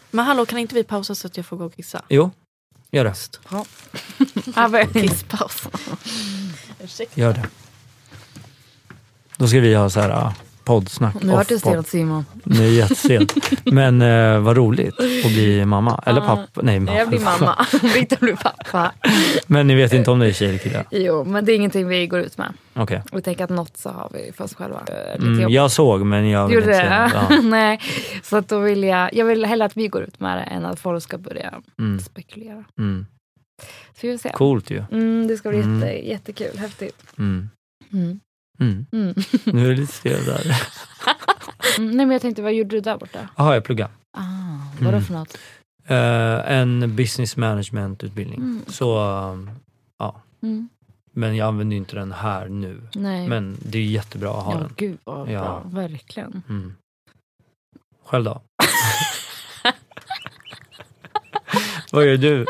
Men hallå, kan inte vi pausa så att jag får gå och kissa? Jo, gör det. Ja, vad kisspaus. Gör det. Då ska vi ha så här poddsnack. Nu har du sent, Simon. Nu är jättesent. Men vad roligt att bli mamma. Eller pappa. Nej, mamma. Jag blir mamma. Victor blir pappa. Men ni vet inte om det är tjej eller kille? Jo, men det är ingenting vi går ut med. Okej. Vi tänker att något så har vi för oss själva. Jag såg, men jag vill inte säga. Ja. Nej, så att då vill jag vill hellre att vi går ut med det än att folk ska börja spekulera. Så vi får se. Coolt ju. Det ska bli jättekul, häftigt. Nu är det lite stel där. Nej, men jag tänkte, vad gjorde du där borta? Jaha, jag pluggar. Vadå för något? En business management utbildning. Så, ja. Men jag använder inte den här nu. Nej. Men det är jättebra att ha den. Gud vad bra, verkligen. Själv då? Vad gör du?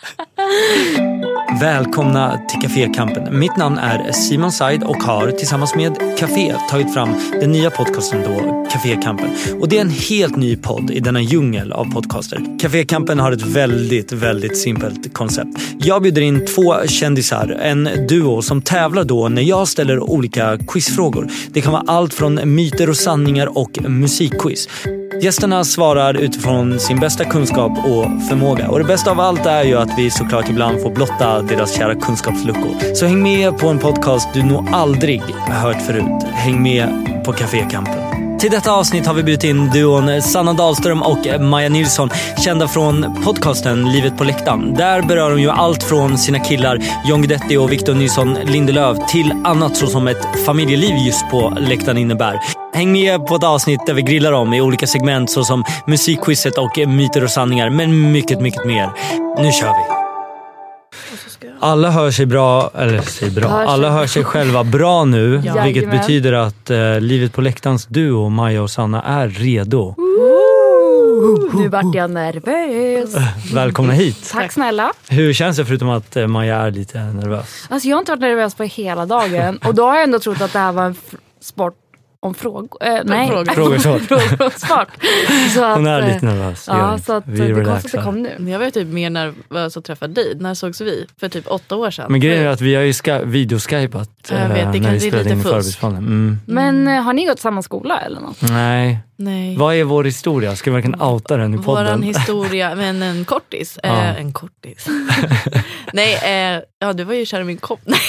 Välkomna till Cafékampen. Mitt namn är Simon Said och har tillsammans med Café tagit fram den nya podcasten då, Cafékampen. Och det är en helt ny podd i denna djungel av podcaster. Cafékampen har ett väldigt, väldigt simpelt koncept. Jag bjuder in 2 kändisar, en duo som tävlar då när jag ställer olika quizfrågor. Det kan vara allt från myter och sanningar och musikquiz. Gästerna svarar utifrån sin bästa kunskap och förmåga. Och det bästa av allt är ju att vi såklart ibland får blotta deras kära kunskapsluckor. Så häng med på en podcast du nog aldrig hört förut. Häng med på Cafékampen. Till detta avsnitt har vi bjudit in duon Sanna Dahlström och Maja Nilsson, kända från podcasten Livet på läktaren. Där berör de ju allt från sina killar John Guidetti och Victor Nilsson Lindelöf till annat så som ett familjeliv just på läktaren innebär. Häng med på ett avsnitt där vi grillar om i olika segment såsom musikquizet och myter och sanningar, men mycket, mycket mer. Nu kör vi! Alla hör sig bra, eller sig bra. Alla hör sig själva bra nu, vilket betyder att Livet på läktarens duo, Maja och Sanna, är redo. Nu vart jag nervös. Välkomna hit. Tack snälla. Hur känns det förutom att Maja är lite nervös? Alltså jag har inte varit nervös på hela dagen. Och då har jag ändå trott att det här var en sport om frågor. Nej, frågor om sport. Så att, hon är lite nervös. Ja, så att det är konstigt att det kom nu. Jag var typ mer nervös att träffa dig. När sågs vi? För typ 8 år sedan. Men grejen är att vi har ju videoskypat när vi spelade in i förberedelseplanen. Men har ni gått samma skola eller något? Nej. Vad är vår historia? Ska vi verkligen outa den i podden? Våran historia, men en kortis. En kortis. Nej, du var ju kär i min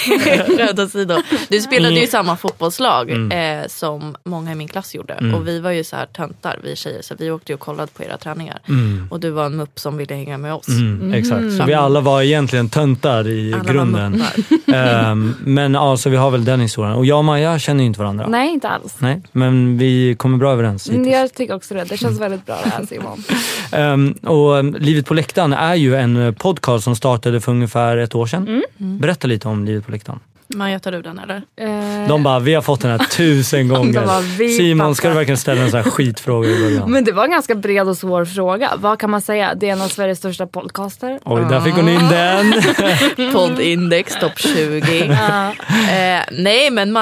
Du spelade ju samma fotbollslag som många i min klass gjorde. Och vi var ju så här töntar, vi tjejer. Så vi åkte ju och kollade på era träningar. Och du var en mupp som ville hänga med oss. Exakt, så vi alla var egentligen töntar i alla grunden. Men ja, så vi har väl den historien. Och jag och Maja känner ju inte varandra. Nej, inte alls. Nej, men vi kommer bra överens. Jag tycker också det. Det känns väldigt bra det här, Simon. Och Livet på läktaren är ju en podcast som startade för ungefär 1 år sedan. Berätta lite om Livet på läktaren. Maja, tar du den eller? De bara, vi har fått den här 1000 gånger. Simon, ska du verkligen ställa en sån här skitfråga i början? Men det var en ganska bred och svår fråga. Vad kan man säga? Det är en av Sveriges största podcaster. Oj, där fick hon in den. Poddindex, topp 20. Nej, men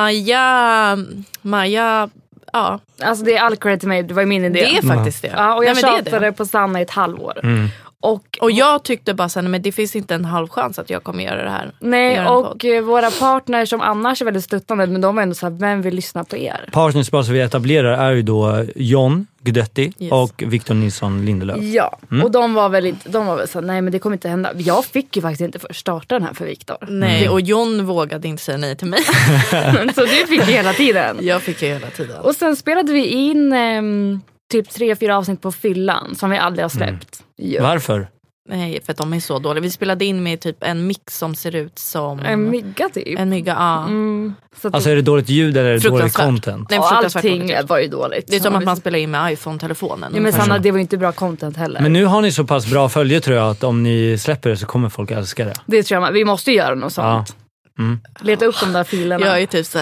Maja... Ja. Alltså det är all credit till mig, det var min idé. Det är faktiskt det. Ja, och jag tjatade på Sanna i ett halvår. Och jag tyckte bara så här, men det finns inte en halv chans att jag kommer göra det här. Nej, och våra partners som annars är väldigt stöttande, men de är ändå så här, vem vill lyssna på er? Partners som vi etablerar är ju då John Guidetti och Victor Nilsson Lindelöf. Ja, och de var väl så här, nej men det kommer inte hända. Jag fick ju faktiskt inte först starta den här för Victor. Nej, och John vågade inte säga nej till mig. Så du fick ju hela tiden. Jag fick ju hela tiden. Och sen spelade vi in typ 3-4 avsnitt på fyllan som vi aldrig har släppt. Varför? Nej, för att de är så dåliga. Vi spelade in med typ en mix som ser ut som... En mygga typ. En mygga, ja. Så alltså är det dåligt ljud eller är det dåligt content? Nej, allting var ju dåligt. Det är som att man spelar in med iPhone-telefonen. Ja, men Sanna, det var ju inte bra content heller. Men nu har ni så pass bra följe tror jag att om ni släpper det så kommer folk älska det. Det tror jag, vi måste göra något sånt. Leta upp de där filerna. Jag är typ så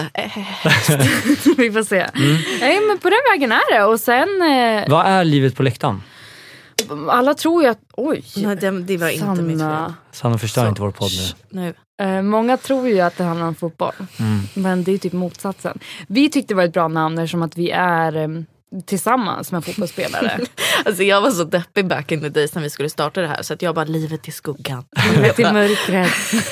vi får se. Nej, men på den vägen är det. Och sen... Vad är Livet på läktaren? Alla tror ju att... Oj, nej, det var inte mitt fel. Sanna förstör inte vår podd nu. Många tror ju att det handlar om fotboll. Men det är typ motsatsen. Vi tyckte det var ett bra namn eftersom att vi är tillsammans med fotbollsspelare. Alltså jag var så deppig back in the days när vi skulle starta det här. Så att jag bara, livet i skuggan. Livet i mörkret.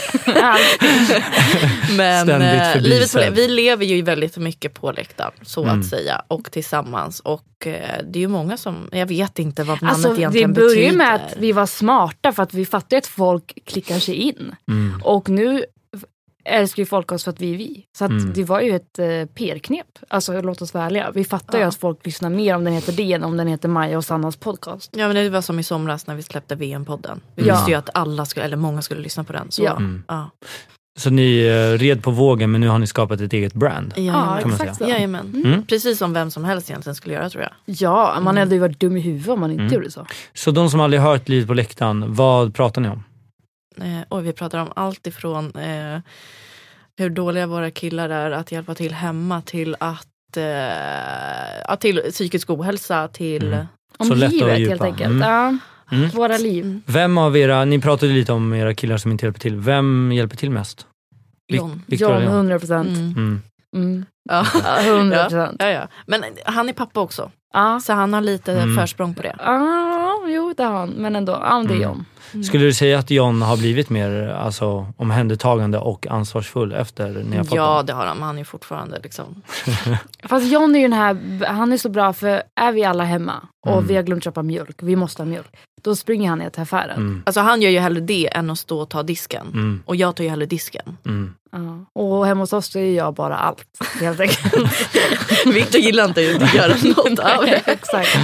Men vi lever ju väldigt mycket på läktaren, så att säga. Och tillsammans. Och det är ju många som, jag vet inte vad namnet egentligen betyder. Det började med att vi var smarta för att vi fattade att folk klickar sig in. Och nu älskar ju folk oss för att vi är vi. Så att det var ju ett PR-knep. Alltså låt oss vara ärliga. Vi fattar ju att folk lyssnar mer om den heter det än om den heter Maja och Sannas podcast. Ja, men det var som i somras när vi släppte VM-podden. Vi visste ju att alla skulle, eller många skulle lyssna på den. Så, så ni red på vågen, men nu har ni skapat ett eget brand. Ja, kan man exakt. Säga. Precis som vem som helst egentligen skulle göra, tror jag. Ja, man hade ju varit dum i huvudet om man inte gjorde så. Så de som aldrig hört Livet på läktaren, vad pratar ni om? Och vi pratar om allt ifrån hur dåliga våra killar är att hjälpa till hemma, till att till psykisk ohälsa, till om så livet helt enkelt. Våra liv. Vem av era, ni pratade lite om era killar som inte hjälper till. Vem hjälper till mest? John. John, 100%. Ja, 100%. Ja. Men han är pappa också. Så han har lite försprång på det. Jo, det har han. Men ändå, det är John. Skulle du säga att John har blivit mer omhändertagande och ansvarsfull efter ni har fått honom? Det har han. Han är fortfarande liksom. Fast John är ju han är så bra, för är vi alla hemma och vi har glömt köpa mjölk, vi måste ha mjölk, då springer han ner till affären. Alltså han gör ju hellre det än att stå och ta disken. Och jag tar ju hellre disken. Och hemma hos oss är jag bara allt, helt enkelt. Victor gillar inte att göra något av det. Exakt.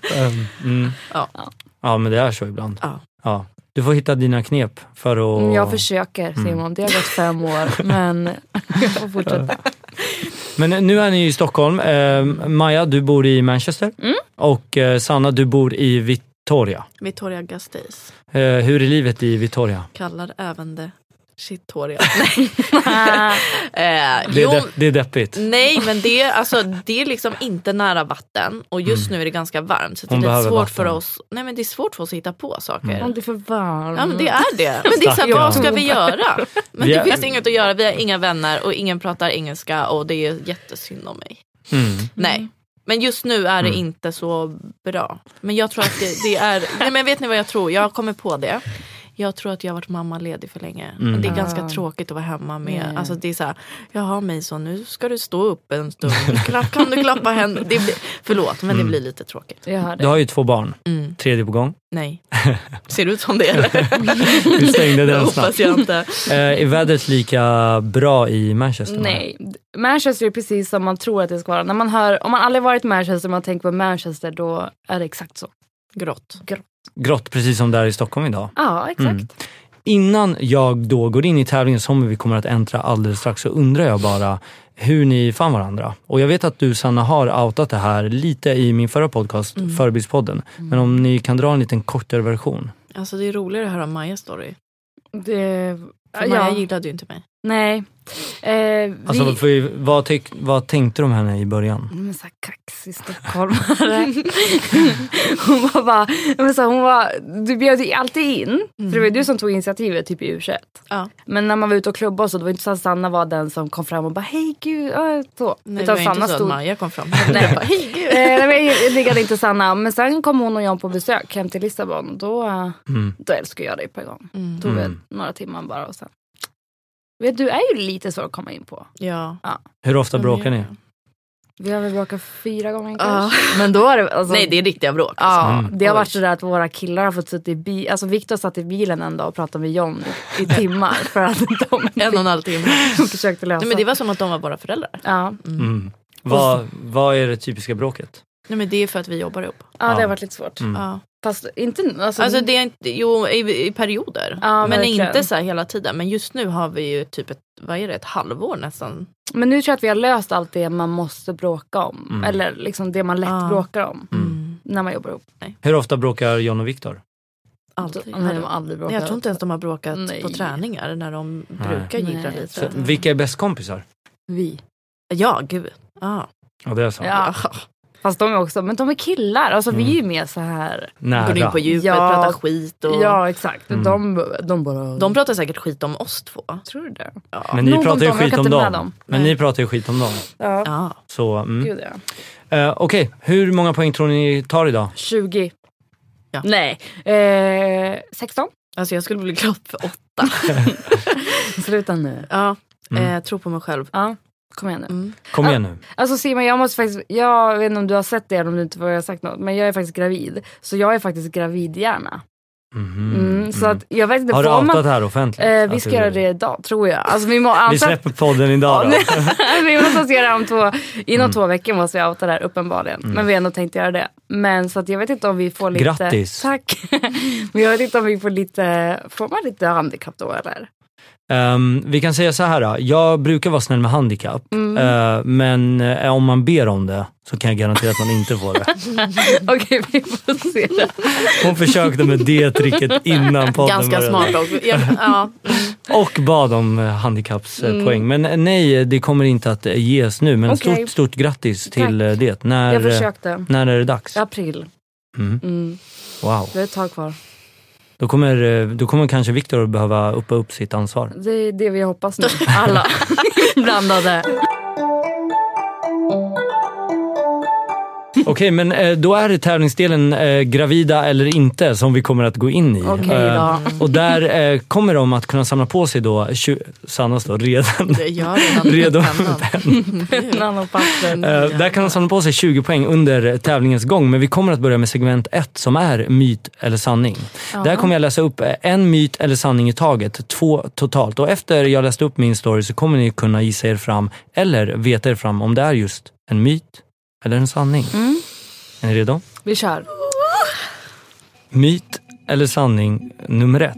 Ja, men det är så ibland. Ja. Du får hitta dina knep för att... Jag försöker, Simon. Det har gått 5 år, men jag får fortsätta. Men nu är ni i Stockholm. Maja, du bor i Manchester. Och Sanna, du bor i Victoria. Victoria Gasteiz. Hur är livet i Victoria? Kallar även det Shittoria. Det är deppigt. Nej, men det är liksom inte nära vatten. Och just nu är det ganska varmt. Så det är lite svårt för oss. Nej, men det är svårt för oss att hitta på saker. Om det är för varmt. Ja, men det är det. Men det är så, vad ska vi göra? Men det finns inget att göra. Vi har inga vänner och ingen pratar engelska. Och det är jättesynd om mig. Nej. Men just nu är det inte så bra. Men jag tror att det är... Nej, men vet ni vad jag tror? Jag kommer på det. Jag tror att jag har varit mammaledig för länge. Och det är ganska tråkigt att vara hemma med. Alltså det är så här, jag har mig så, nu ska du stå upp en stund. Kan du klappa henne? Förlåt, men det blir lite tråkigt. Du har ju 2 barn. 3:e på gång. Nej. Ser det ut som det, eller? Du stängde den snabbt. Hoppas jag inte. Är vädret lika bra i Manchester? Nej. Manchester är precis som man tror att det ska vara. När man hör, om man aldrig varit i Manchester och man tänker på Manchester, då är det exakt så. Grått, precis som där i Stockholm idag. Ja, exakt. Innan jag då går in i tävlingen som vi kommer att äntra alldeles strax, så undrar jag bara hur ni fann varandra. Och jag vet att du, Sanna, har outat det här lite i min förra podcast, Förebildspodden. Men om ni kan dra en liten kortare version. Alltså det är roligare att höra Majas story. Maja gillade ju inte mig. Nej. Vad tänkte de henne i början? Men så kaxig stockholmare. hon var du bjöd alltid in. För det var du som tog initiativet typ i U21. Ja. Men när man var ute och klubbade så, det var inte så att Sanna var den som kom fram och bara hej gud. Så. Nej, det var inte så att Maja kom fram. Nej, bara, hej gud. Jag liggade inte Sanna. Men sen kom hon och jag på besök hem till Lissabon. Då älskar jag dig på en gång. Tog några timmar bara och sen. Du är ju lite svår att komma in på. Ja. Hur ofta bråkar ni? Vi har väl bråkat 4 gånger kanske. Men då är det... Nej, det är riktiga bråk. Ja, det har varit så där att våra killar har fått sitta i bilen. Alltså Victor satt i bilen en dag och pratade med John i timmar. För att de 1,5 timme. försökte lösa. Nej, men det var som att de var bara föräldrar. Ja. Vad är det typiska bråket? Nej, men det är för att vi jobbar ihop. Ja, det har varit lite svårt. Ja. Fast inte... Alltså det är inte... Jo, i perioder. Ja, men inte så här hela tiden. Men just nu har vi ju typ ett halvår nästan. Men nu tror jag att vi har löst allt det man måste bråka om. Eller liksom det man lätt bråkar om. När man jobbar ihop. Nej. Hur ofta bråkar John och Victor? Aldrig. Nej, de har aldrig bråkat. Jag tror inte ens de har bråkat på träningar. När de brukar gilla lite. Så, vilka är bäst kompisar? Vi. Ja, gud. Ja, det är så. Ja. Fast de är också, men de är killar. Alltså vi är ju mer så här. Nära. Går in på djupet, pratar skit. Och... Ja, exakt. De pratar säkert skit om oss två. Tror du det? Ja. Men ni pratar ju skit om dem. Men ni pratar ju skit om dem. Ja. Så, Gud, ja. Okej, hur många poäng tror ni tar idag? 20. Ja. Nej. 16. Alltså jag skulle bli glad för 8. Sluta nu. Ja, tro på mig själv. Ja. Kom igen nu. Kom igen nu. Alltså Simon, jag vet inte om du har sett det eller om du inte har sagt något, men jag är faktiskt gravid. Så jag är faktiskt gravidhjärna. Så att jag vet inte. Har du outat här offentligt? Vi ska göra det idag, tror jag. Alltså, vi släpper podden idag då. Vi måste göra det inom 2 veckor måste vi outa det här uppenbarligen. Men vi har ändå tänkt göra det. Men så att jag vet inte om vi får lite... Grattis! Tack! Men jag vet inte om vi får lite... Får man lite handikapp då eller? Vi kan säga så här. Jag brukar vara snäll med handikapp. Men om man ber om det så kan jag garantera att man inte får det. Okej, vi får se det. Hon försökte med det tricket innan podden ganska började. Smart också. Ja. Och bad om handikappspoäng. Men nej, det kommer inte att ges nu. Men stort grattis till det. Jag försökte. När är det dags? April. Wow. Det är ett tag kvar. Då kommer kanske Viktor behöva uppa upp sitt ansvar. Det är det vi hoppas nu. Alla blandade. Okej, men då är det tävlingsdelen gravida eller inte som vi kommer att gå in i. Okej då. Och där kommer de att kunna samla på sig då Sanna står redan redo där kan de samla på sig 20 poäng under tävlingens gång. Men vi kommer att börja med segment 1 som är myt eller sanning. Där kommer jag läsa upp en myt eller sanning i taget, 2 totalt. Och efter jag läst upp min story så kommer ni kunna gissa er fram eller veta er fram om det är just en myt eller en sanning. Är ni redo? Vi kör. Myt eller sanning nummer 1.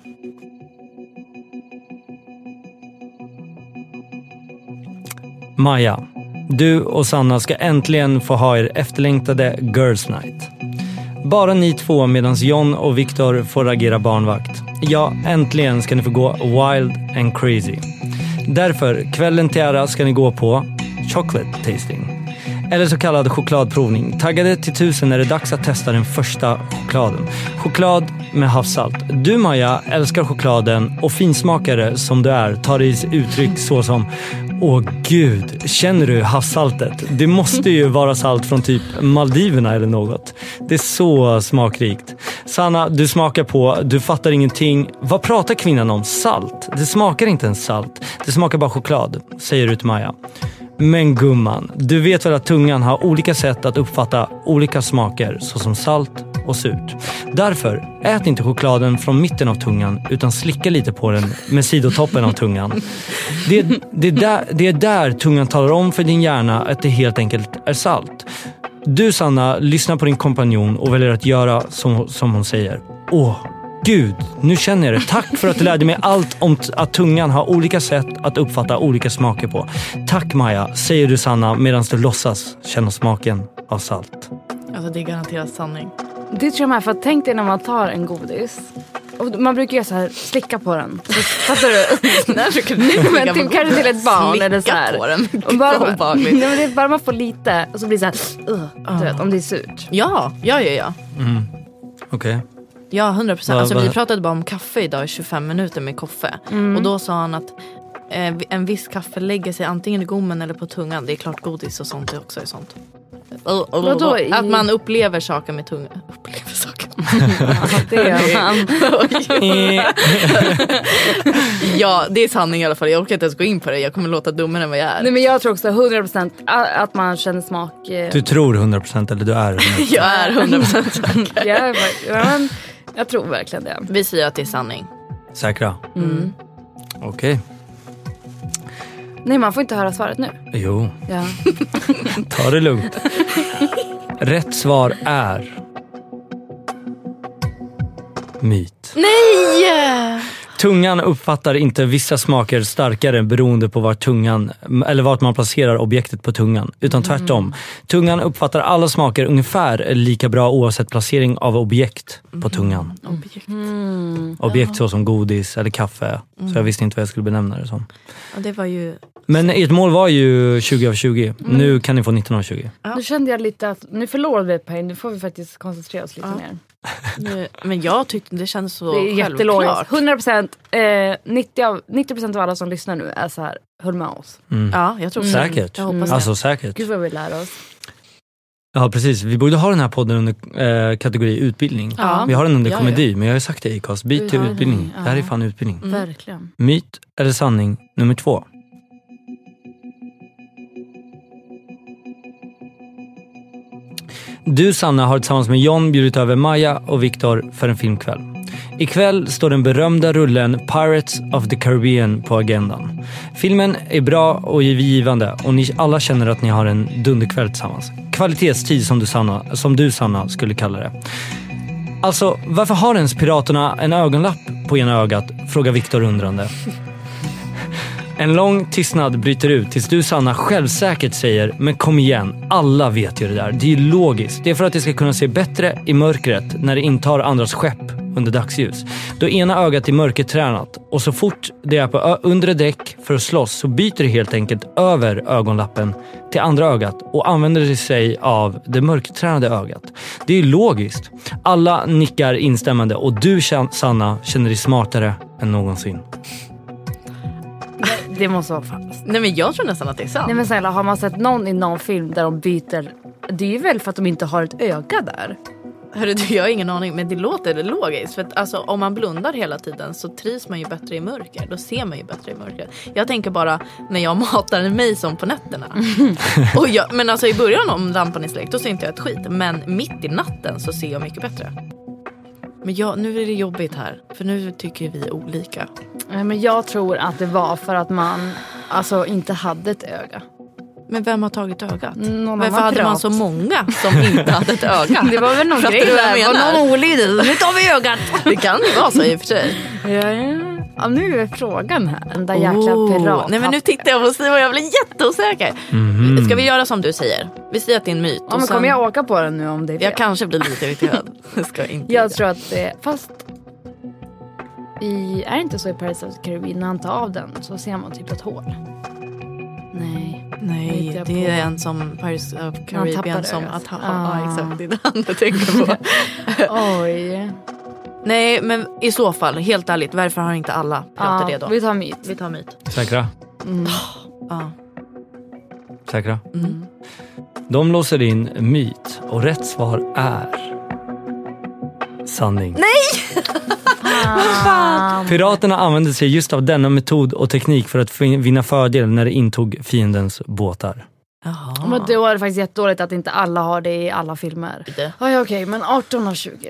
Maja, du och Sanna ska äntligen få ha er efterlängtade Girls Night. Bara ni 2 medan John och Viktor får agera barnvakt. Ja, äntligen ska ni få gå wild and crazy. Därför, kvällen till ära ska ni gå på chocolate tasting. Eller så kallad chokladprovning. Taggade till 1000 är det dags att testa den första chokladen. Choklad med havssalt. Du Maja älskar chokladen och finsmakare som du är tar i uttryck så som: åh gud, känner du havssaltet? Det måste ju vara salt från typ Maldiverna eller något. Det är så smakrikt. Sanna, du smakar på, du fattar ingenting. Vad pratar kvinnan om? Salt? Det smakar inte ens salt. Det smakar bara choklad, säger du till Maja. Men gumman, du vet väl att tungan har olika sätt att uppfatta olika smaker, såsom salt och surt. Därför, ät inte chokladen från mitten av tungan utan slicka lite på den med sidotoppen av tungan. Det är där tungan talar om för din hjärna att det helt enkelt är salt. Du Sanna, lyssna på din kompanjon och väljer att göra som hon säger. Åh, gud, nu känner jag det. Tack för att du lärde mig allt om att tungan har olika sätt att uppfatta olika smaker på. Tack Maja, säger du Sanna medan du låtsas känna smaken av salt. Alltså det är garanterat sanning. Det tror jag med, för att tänk dig när man tar en godis. Och man brukar göra så här, slicka på den. Så, fattar du? Men typ kanske till ett barn eller så här. På den. Och bara, nej, men det är bara man får lite och så blir det så här, du vet, om det är surt. Ja. Okej. Ja, 100%. Alltså, vi pratade bara om kaffe idag i 25 minuter med kaffe. Och då sa han att en viss kaffe lägger sig antingen i gommen eller på tungan. Det är klart godis och sånt också är sånt. Att man upplever saker med tungan. Upplever saker. Det gör man. Ja, det är sanning i alla fall. Jag orkar inte ens gå in på det. Jag kommer låta dummare än vad jag är. Nej, men jag tror också 100% att man känner smak. Du tror 100% eller du är 100%? Jag är 100%. Jag tror verkligen det. Vi säger att det är sanning. Säkra? Okej. Nej, man får inte höra svaret nu. Jo. Ja. Ta det lugnt. Rätt svar är myt. Nej! Tungan uppfattar inte vissa smaker starkare beroende på vart man placerar objektet på tungan, utan tvärtom. Tungan uppfattar alla smaker ungefär lika bra oavsett placering av objekt på tungan. Objekt så som godis eller kaffe. Så jag visste inte vad jag skulle benämna det som. Ja, det var ju... Men ert mål var ju 20 av 20. Nu kan ni få 19 av 20. Ja. Nu kände jag lite att nu förlorade vi ett poäng. Nu får vi faktiskt koncentrera oss lite mer. Men jag tyckte det känns så det är jättelogiskt. 100%, 90% av alla som lyssnar nu är så här, höll med oss. Ja, jag tror säkert. Jag hoppas alltså säkert. Gud vad vi lär oss. Ja, precis. Vi borde ha den här podden under kategori utbildning. Ja. Vi har den under komedi, men jag har sagt det i Acast. Byt till utbildning. Det här är fan utbildning. Verkligen. Myt eller sanning nummer 2. Du, Sanna, har tillsammans med John bjudit över Maja och Viktor för en filmkväll. Ikväll står den berömda rullen Pirates of the Caribbean på agendan. Filmen är bra och givande och ni alla känner att ni har en dunderkväll tillsammans. Kvalitetstid som du Sanna skulle kalla det. Alltså, varför har ens piraterna en ögonlapp på ena ögat? Frågar Viktor undrande. En lång tystnad bryter ut tills du, Sanna, självsäkert säger: men kom igen, alla vet ju det där. Det är ju logiskt. Det är för att det ska kunna se bättre i mörkret när det intar andras skepp under dagsljus. Då ena ögat är mörkertränat och så fort det är på undre däck för att slåss så byter det helt enkelt över ögonlappen till andra ögat och använder sig av det mörkertränade ögat. Det är ju logiskt. Alla nickar instämmande och du, Sanna, känner dig smartare än någonsin. Det måste vara falskt. Nej, men jag tror nästan att det är sant. Nej, men snälla, har man sett någon i någon film där de byter? Det är ju väl för att de inte har ett öga där. Hörru, jag har ingen aning, men det låter logiskt. För att, alltså, om man blundar hela tiden så trivs man ju bättre i mörker. Då ser man ju bättre i mörker. Jag tänker bara när jag matar mig som på nätterna. Men alltså i början om lampan är släckt, då ser inte jag ett skit. Men mitt i natten så ser jag mycket bättre. Men nu är det jobbigt här. För nu tycker vi olika. Men jag tror att det var för att man inte hade ett öga. Men vem har tagit ögat? Varför hade man så många som inte hade ett öga? Det var väl någon grej där. Var någon olydig. Nu tar vi ögat. Det kan ju vara så i och för sig. Ja, nu är frågan här. Den där jäkla pirat. Nej, men nu tittar jag på Simon och jag blir jätteosäker. Ska vi göra som du säger? Vi säger att det är en myt. Ja, men kommer jag åka på den nu om det är fel? Jag kanske blir lite irriterad. Jag tror att det... Fast... är det inte så i Pirates of the Caribbean när han tar av den så ser man typ ett hål? Nej, det är en som Pirates of the Caribbean som exakt, det är det han tänker på. Oj. Nej, men i så fall, helt ärligt, varför har inte alla pratat det då? Vi tar myt. Säkra? Ja. Säkra? De låser in myt och rätt svar är sanning. Nej! Piraterna använde sig just av denna metod och teknik för att vinna fördel när de intog fiendens båtar. Jaha. Men då är det faktiskt jättedåligt att inte alla har det i alla filmer. Okej, men 18 av 20.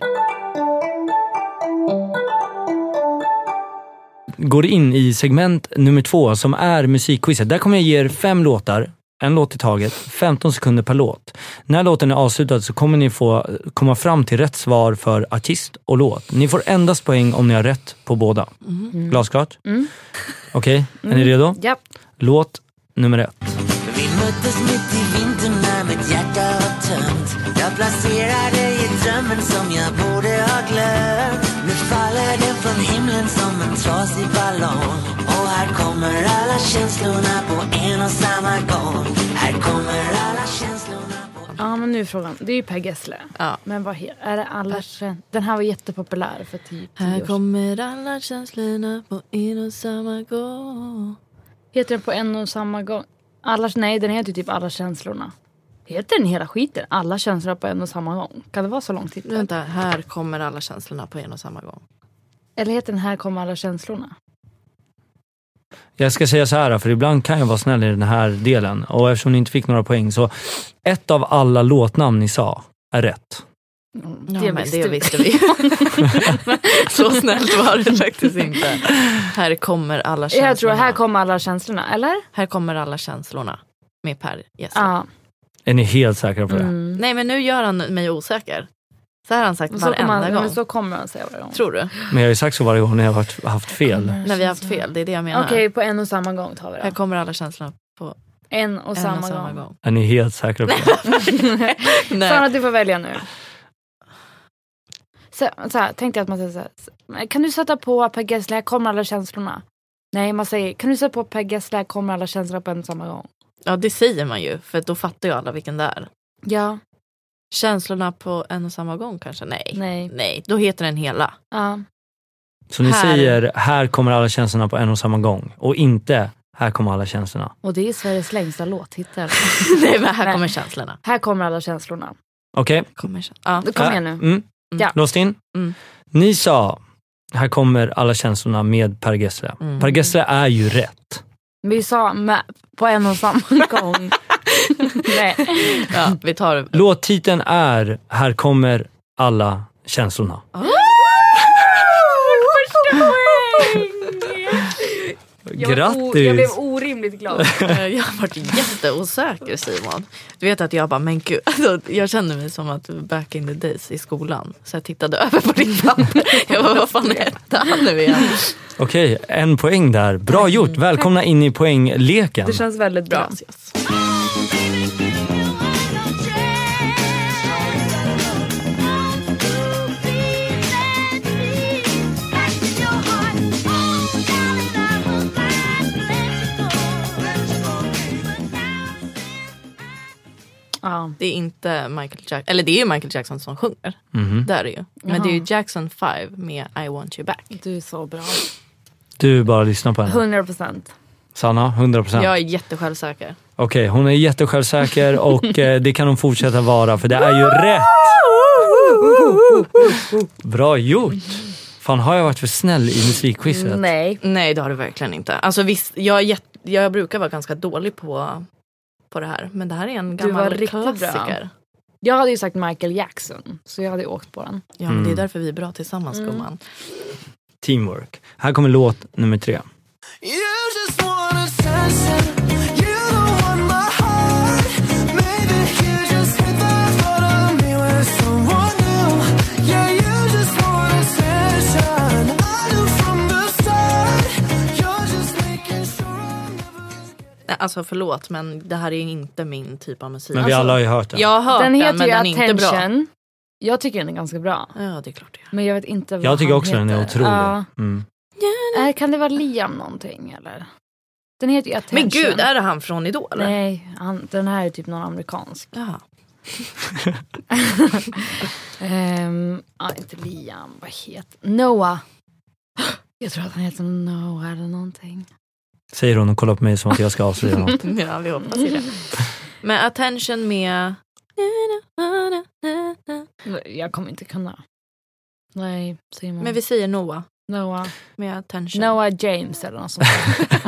Går in i segment nummer 2 som är musikquizet. Där kommer jag ge er 5 låtar. En låt i taget, 15 sekunder per låt. När låten är avslutad så kommer ni få komma fram till rätt svar för artist och låt. Ni får endast poäng om ni har rätt på båda. Glasklart? Okej, är ni redo? Japp. Låt nummer 1. Vi möttes mitt i vintern när mitt hjärta var tömt. Jag placerade i drömmen som jag borde ha glömt. Nu faller den från himlen som en trasig ballong. Och här kommer alla känslorna på en och samma gång. Här kommer alla känslorna på... Ja, men nu är frågan. Det är ju Per Gessle. Ja. Men vad är det alla Den här var jättepopulär för typ 10 år sedan. Här kommer alla känslorna på en och samma gång. Heter den på en och samma gång? Nej, den heter typ Alla känslorna. Heter den hela skiten? Alla känslor på en och samma gång. Kan det vara så lång titel? Vänta, här kommer alla känslorna på en och samma gång. Eller heter den Här kommer alla känslorna? Jag ska säga så här, för ibland kan jag vara snäll i den här delen. Och eftersom ni inte fick några poäng så ett av alla låtnamn ni sa är rätt. Det visste vi. Så snällt var det faktiskt inte. Här kommer alla känslorna. Jag tror Här kommer alla känslorna, eller? Här kommer alla känslorna med Per Gessle. Ja. Är ni helt säkra på det? Nej, men nu gör han mig osäker. Så här har han sagt varenda gång. Men så kommer han säga varje gång. Tror du? Men jag har ju sagt så varje gång när jag har haft fel. När vi har haft fel, det är det jag menar. Okej, på en och samma gång tar vi det. Här kommer alla känslorna på en och samma gång. Är ni helt säkra på det? Nej. Sanna, du får välja nu. Så här, tänkte jag att man säger så här. Kan du sätta på Per Gessle, här kommer alla känslorna. Nej, man säger, kan du sätta på Per Gessle, här kommer alla känslorna på en och samma gång. Ja, det säger man ju. För då fattar ju alla vilken det är. Ja. Känslorna på en och samma gång kanske? Nej. Nej, då heter den hela. Ja. Så ni säger, här kommer alla känslorna på en och samma gång. Och inte, här kommer alla känslorna. Och det är Sveriges längsta låttitel. Nej, men här kommer känslorna. Här kommer alla känslorna. Okej. Ja. Då kommer jag nu. Ja. Låst in. Ni sa, här kommer alla känslorna med Per Gessle. Per Gessle är ju rätt. Vi sa på en och samma gång. Nej. Ja, vi tar. Låttiteln är, här kommer alla känslorna. Grattis! Jag blev orimligt glad. Jag har varit jätteosäker, Simon. Du vet att jag bara, men gud, alltså, jag kände mig som att back in the days i skolan. Så jag tittade över på ditt papper. Jag bara, vad fan hette han nu igen? Okej, 1 poäng där. Bra gjort, välkomna in i poängleken. Det känns väldigt bra. Gracias. Det är inte Michael Jackson. Eller det är ju Michael Jackson som sjunger. Det är det ju. Men det är ju Jackson 5 med I Want You Back. Du är så bra. Du bara lyssnar på henne. 100%. Sanna, 100%. Jag är jättesjälvsäker. Okej, hon är jättesjälvsäker och det kan hon fortsätta vara. För det är ju rätt. Bra gjort. Fan, har jag varit för snäll i musikquizet? Nej, det har du verkligen inte. Alltså visst, jag brukar vara ganska dålig på det här. Men det här är en gammal klassiker. Bra. Jag hade ju sagt Michael Jackson. Så jag hade åkt på den. Ja, men det är därför vi är bra tillsammans, gumman. Teamwork. Här kommer låt nummer 3. Alltså förlåt, men det här är inte min typ av musik. Men vi alla har ju hört den. Jag har hört den, heter men ju den är inte bra. Attention. Jag tycker den är ganska bra. Ja, det är klart det är. Men jag vet inte vad jag tycker också heter. den är otrolig. Kan det vara Liam någonting eller? Den heter ju Attention. Men gud, är det han från Idol? Nej, den här är typ någon amerikansk. Jaha. Inte Liam, vad heter Noah. Jag tror att han heter Noah eller någonting. Säger hon och kollar på mig som att jag ska avslöja något. Ja, vi hoppas i det. Men Attention med... Jag kommer inte kunna. Nej, Simon. Men vi säger Noah. Med Attention. Noah James eller något sånt.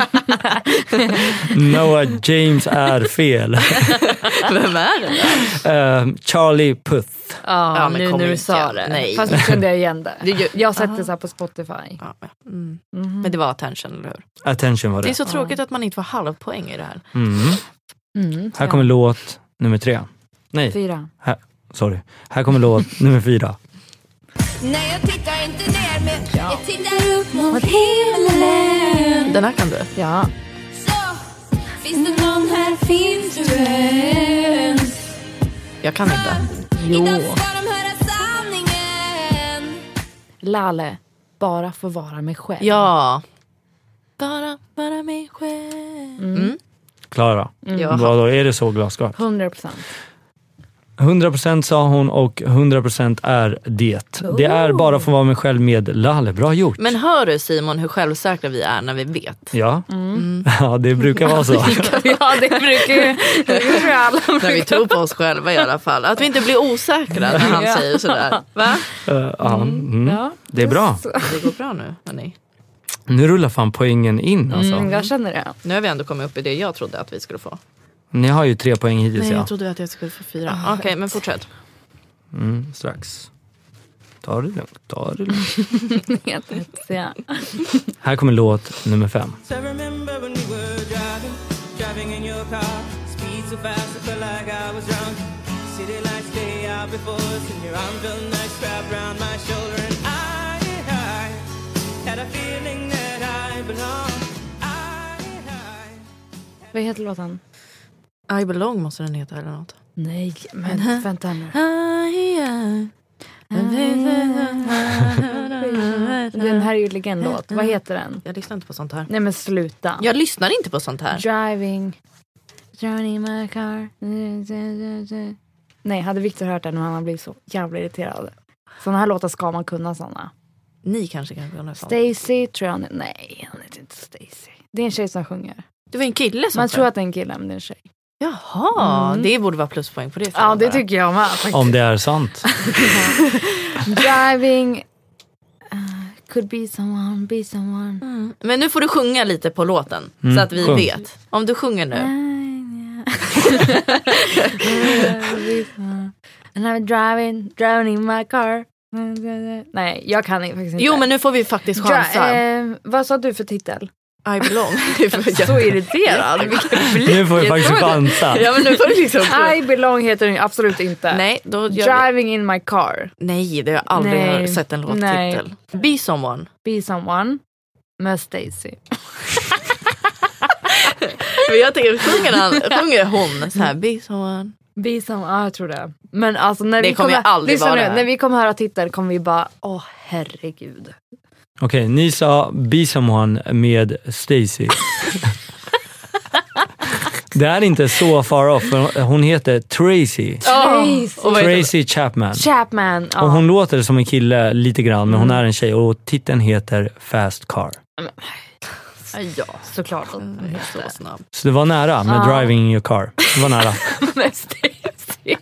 Noah James är fel. Vem är det? Charlie Puth. Ja, men nu när du sa det. Nej. Fast jag kände igen det. Jag har sett det så här på Spotify. Ja, men det var Attention, eller hur? Attention var det. Det är så tråkigt att man inte får halvpoäng i det här. Här kommer låt nummer 3. Nej. 4. Här kommer låt nummer 4. Nej, jag tittar inte ner, men jag tittar upp mot himlen. Den här kan du? Ja. Så, finns det någon här, finns du ens? Jag kan inte. Jo. Idag ska de höra sanningen. Lale, bara få vara mig själv. Ja. Bara vara mig själv. Klara. Vadå, är det så glasklart? 100%. 100% sa hon och 100% är det. Det är bara för att vara mig själv med Lale. Bra gjort. Men hör du, Simon, hur självsäkra vi är när vi vet? Ja, ja det brukar vara så. Ja, det brukar alla. När vi tror på oss själva i alla fall. Att vi inte blir osäkra när han säger sådär. Va? Ja, det är bra. Det går bra nu, hörni. Nu rullar fan poängen in alltså. Jag känner det. Nu har vi ändå kommit upp i det jag trodde att vi skulle få. Ni har ju 3 poäng hittills. Nej, jag trodde att jag skulle få 4. Okej, men fortsätt. Strax. Ta det lugnt. Helt rätt, Här kommer låt nummer 5. puppy voice and your arm felt nice wrapped around my shoulder. And I had a feeling that I belong. Vad heter låten? I belong måste den heta eller något. Nej, men vänta nu. Den här är ju legendlåt. Vad heter den? Jag lyssnar inte på sånt här. Nej men sluta. Jag lyssnar inte på sånt här. Driving my car. Nej, hade Victor hört den och han hade blivit så jävla irriterad. Såna här låtar ska man kunna såna. Ni kanske kan kunna sånt. Stacy tror jag. Nej, han heter inte Stacy. Det är en tjej som sjunger. Det var en kille som man tror att det är en kille, men det är en tjej. Jaha, det borde vara pluspoäng på det. Ja, det tycker jag med. Faktiskt. Om det är sant. Driving could be someone. Men nu får du sjunga lite på låten så att vi vet. Om du sjunger nu. And I'm driving in my car. Nej, jag kan faktiskt inte. Jo, men nu får vi faktiskt chansa. Vad sa du för titel? I belong. Så irriterad. Nu får vi faktiskt chansa. Ja, men nu får du liksom... I belong heter den absolut inte. Nej, då Driving in my car. Nej, det har jag aldrig sett en låttitel. Be someone. Be someone med Stacy. Jag tänker, sjunger hon så här, be someone. Be someone, jag tror det. Men alltså när det kommer aldrig vara nu, när vi kommer höra titel kommer vi bara, herregud. Okej, ni sa Be Someone med Stacy. Det är inte så far off. Hon heter Tracy. Tracy Chapman. Ja. Och hon låter som en kille lite grann, men hon är en tjej. Och titeln heter Fast Car. Ja, såklart. Så snabb. Så det var nära med Driving in your car. Det var nära. Med Stacy.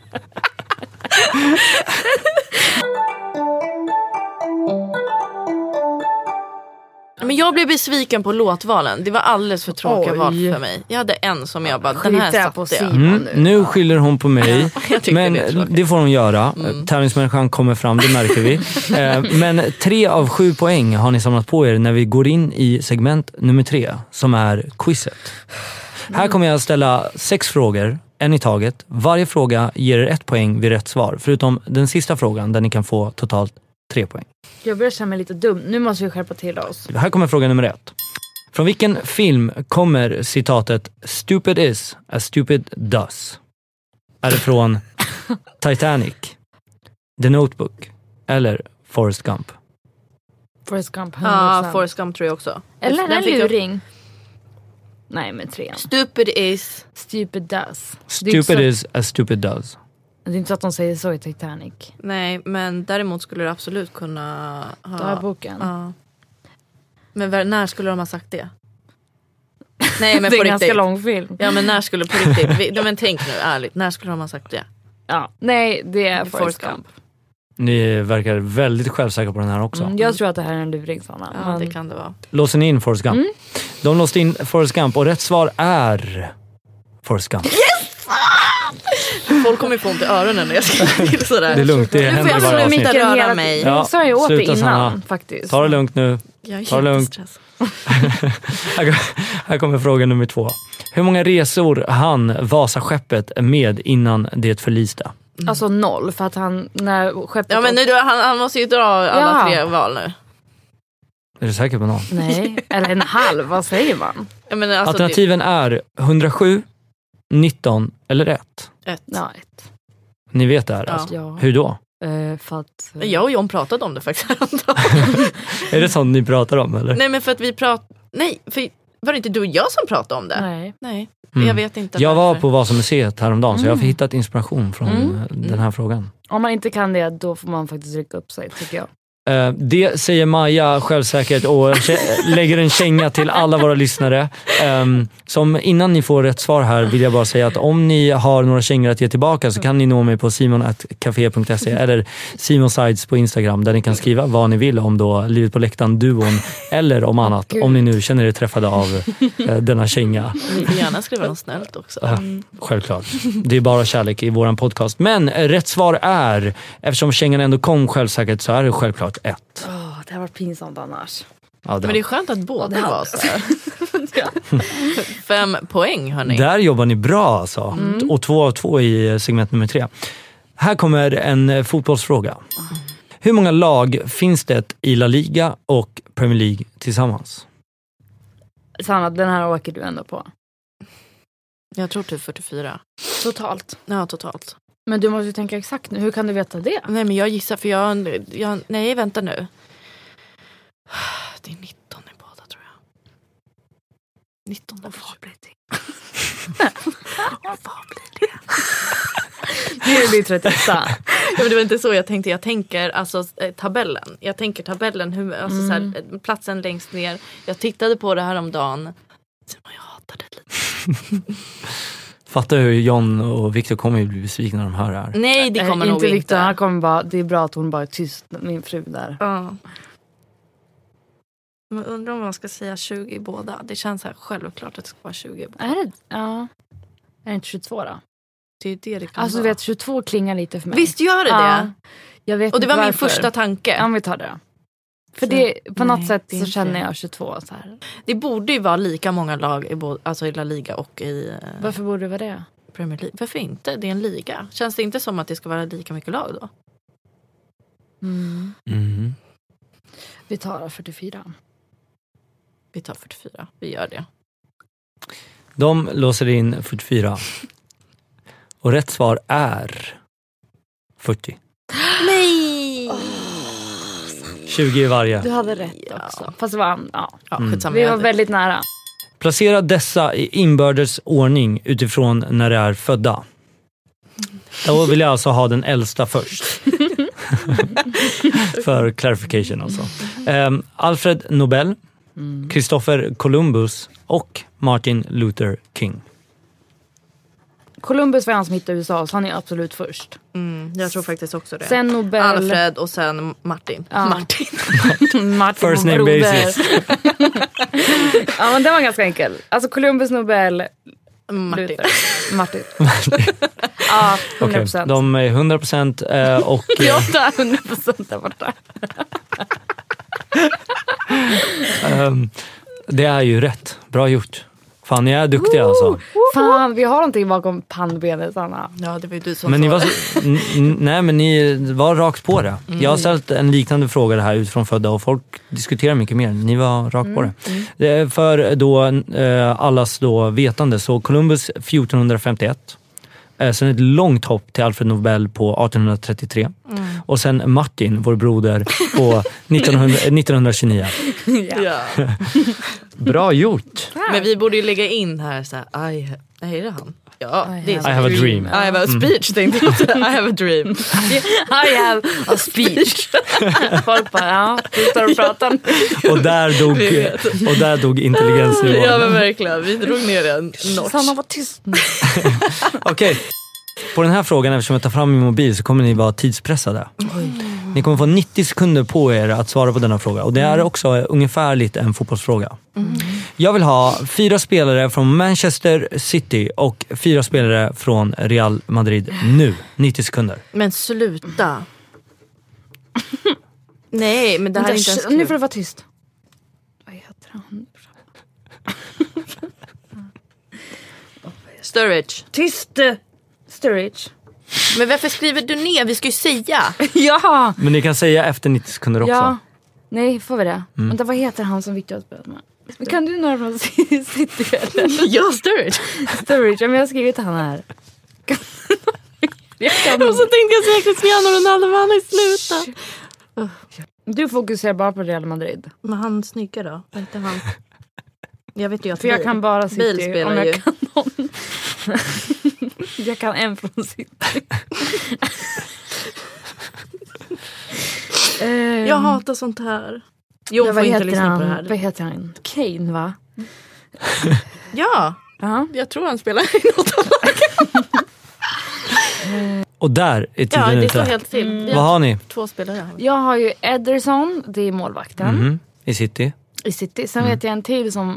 Men jag blev besviken på låtvalen. Det var alldeles för tråkiga val för mig. Jag hade en som jag bara, den här satte jag. Nu skyller hon på mig. Men det får hon göra. Tävlingsmänniskan kommer fram, det märker vi. Men 3 av 7 poäng har ni samlat på er när vi går in i segment nummer 3, som är quizet. Här kommer jag att ställa 6 frågor, en i taget. Varje fråga ger er 1 poäng vid rätt svar. Förutom den sista frågan där ni kan få totalt 3 poäng. Jag börjar känna mig lite dum. Nu måste vi skärpa till oss. Här kommer fråga nummer 1. Från vilken film kommer citatet Stupid is as stupid does? Är det från Titanic, The Notebook eller Forrest Gump? Forrest Gump. Ja, Forrest Gump tror jag också. Eller en luring. Nej, men 3. Stupid is stupid does. Stupid is as stupid does. Det är inte så att de säger så i Titanic. Nej, men däremot skulle det absolut kunna ha... Det här boken. Ja. Men när skulle de ha sagt det? Nej, men det är på en ganska riktigt. lång film. Ja, men när skulle på riktigt... Men tänk nu, ärligt. När skulle de ha sagt det? Ja, nej, det är Forrest Gump. Ni verkar väldigt självsäkra på den här också. Jag tror att det här är en luring, Sanna. Ja, det kan det vara. Låser ni in Forrest Gump? De låste in Forrest Gump och rätt svar är Forrest Gump. Yes! Folk kommer få ont i öronen när jag skriver till sådär. Det är lugnt, det händer bara avsnitt. Röra mig. Ja, så har jag åt det innan, Sanna. faktiskt. Ta det lugnt nu. Ta det lugnt. Här kommer fråga nummer 2. Hur många resor hann Vasaskeppet med innan det förliste? Alltså 0, för att han, när skeppet... Ja, men nu, han måste ju dra alla 3 val nu. Är du säker på 0? Nej, eller en halv, vad säger man? Jag menar, alltså, alternativen är 107, 19 eller 1. 1. Ja, 1. Ni vet det här alltså. Ja. Hur då? För att... Jag och John pratade om det faktiskt. Är det sånt ni pratar om eller? Nej, men för att vi Nej, för var det inte du och jag som pratade om det? Nej. Jag vet inte. Jag var på Vasamuseet häromdagen så jag har hittat inspiration från den här frågan. Om man inte kan det, då får man faktiskt rycka upp sig, tycker jag. Det säger Maja självsäkert och lägger en känga till alla våra lyssnare. Som innan ni får rätt svar här vill jag bara säga att om ni har några kängor att ge tillbaka så kan ni nå mig på simon@café.se eller simonsides på Instagram där ni kan skriva vad ni vill om då Livet på läktaren-duon eller om annat. Om ni nu känner er träffade av denna känga. Ni får gärna skriva något snällt också. Självklart. Det är bara kärlek i våran podcast. Men rätt svar är, eftersom kängan ändå kom självsäkert så är det självklart 1. Det har varit pinsamt annars. Ja, men det är skönt att båda var så här. 5 poäng, hörni. Där jobbar ni bra alltså. Och 2 av 2 i segment nummer 3. Här kommer en fotbollsfråga. Hur många lag finns det i La Liga och Premier League tillsammans? Sanna, den här åker du ändå på. Jag tror typ 44. Totalt. Ja, totalt. Men du måste ju tänka exakt nu. Hur kan du veta det? Nej, men jag gissar för jag nej, vänta nu. Det är 19 i båda, tror jag. 19. Vad blir det? Vad blir det? Det blir 38. Ja, men det var inte så jag tänkte. Jag tänker alltså tabellen. Jag tänker tabellen, hur, alltså, så här, platsen längst ner. Jag tittade på det här om dagen. Jag hatade det lite. Fattar hur John och Victor kommer ju bli besvikna när de hör det här. Nej, det kommer nog inte. inte. Victor, han kommer bara, det är bra att hon bara är tyst, min fru där. Ja. Men undrar om man ska säga 20 i båda. Det känns här självklart att det ska vara 20 i båda. Är det? Ja. Är det inte 22 då? Det är det kan alltså vara. Du vet, 22 klingar lite för mig. Visst gör det det? Jag vet. Och det var varför. min första tanke. Ja, vi tar det då. För Så, det, på något sätt det så känner jag 22 så här. Det borde ju vara lika många lag i, alltså i La Liga och i Varför borde det vara det? Premier League. Varför inte? Det är en liga. Känns det inte som att det ska vara lika mycket lag då? Vi tar 44. Vi tar 44. Vi gör det. De låser in 44. Och rätt svar är 40. Nej! 20 i varje. Du hade rätt också. Fast det var, skitsamma. vi var väldigt nära. Placera dessa i inbördes ordning utifrån när de är födda. Då vill jag alltså ha den äldsta först. För clarification alltså. Alfred Nobel, Christopher Columbus och Martin Luther King. Columbus var han som hittade USA, så han är absolut först. Jag tror faktiskt också det. Sen Nobel. Alfred och sen Martin. Ja. Martin. First name basis. Ja, men det var ganska enkel. Alltså Columbus, Nobel, Martin. Luther. Martin. Ja, 100%. Okay. De är 100% och... Jag tar 100% där borta. Det är ju rätt. Bra gjort. Fan, ni är duktiga alltså. Fan, vi har någonting bakom pannbenet, Anna. Ja, det var ju du som Men ni sa var nej, men ni var rakt på det. Jag har ställt en liknande fråga det här utifrån födda och folk diskuterar mycket mer. Ni var rakt på det. För då allas då vetande, så Columbus 1451. Sen ett långt hopp till Alfred Nobel på 1833. Och sen Martin, vår broder, på 1929. Ja. Bra gjort. Men vi borde ju lägga in här så här, är det han? Ja, det är I have a dream. I have a speech, tänkte jag. I have a dream. I have a speech. Folk bara, ja, du står och pratar. Och där dog intelligensnivån. Ja, men verkligen. Vi drog ner en notch. Sanna, var tyst. Okej. På den här frågan, eftersom jag tar fram min mobil, så kommer ni vara tidspressade. Ni kommer få 90 sekunder på er att svara på denna fråga. Och det är också ungefärligt en fotbollsfråga. Jag vill ha 4 spelare från Manchester City och 4 spelare från Real Madrid nu. 90 sekunder. Men sluta. Nej, men det här är inte ens kul. Nu får du vara tyst. Vad heter han? Sturridge. Tyst! Sturridge. Men varför skriver du ner? Vi ska ju säga. Ja! Men ni kan säga efter 90 sekunder också. Ja. Nej, får vi det? Vänta, vad heter han som Victor har spelat med? Men kan du några från City eller? Ja, Sturridge. Sturridge, men jag har skrivit han här. Och så tänkte jag säga Cristiano Ronaldo, men han har ju slutat. Du fokuserar bara på Real Madrid. Men han snygga då? Vad heter han? Jag vet ju att för jag kan bara City. Bil spelar om jag ju. kan någon. Jag kan en från City. Jag hatar sånt här. Jo, får inte lyssna på det här. Vad heter han? Kane, va? Ja, jag tror han spelar i något av lagen. Och där är tiden det ute. står helt still. Vad har ni? 2 spelare. Jag har ju Ederson, det är målvakten. I City. I City. Sen vet jag en till som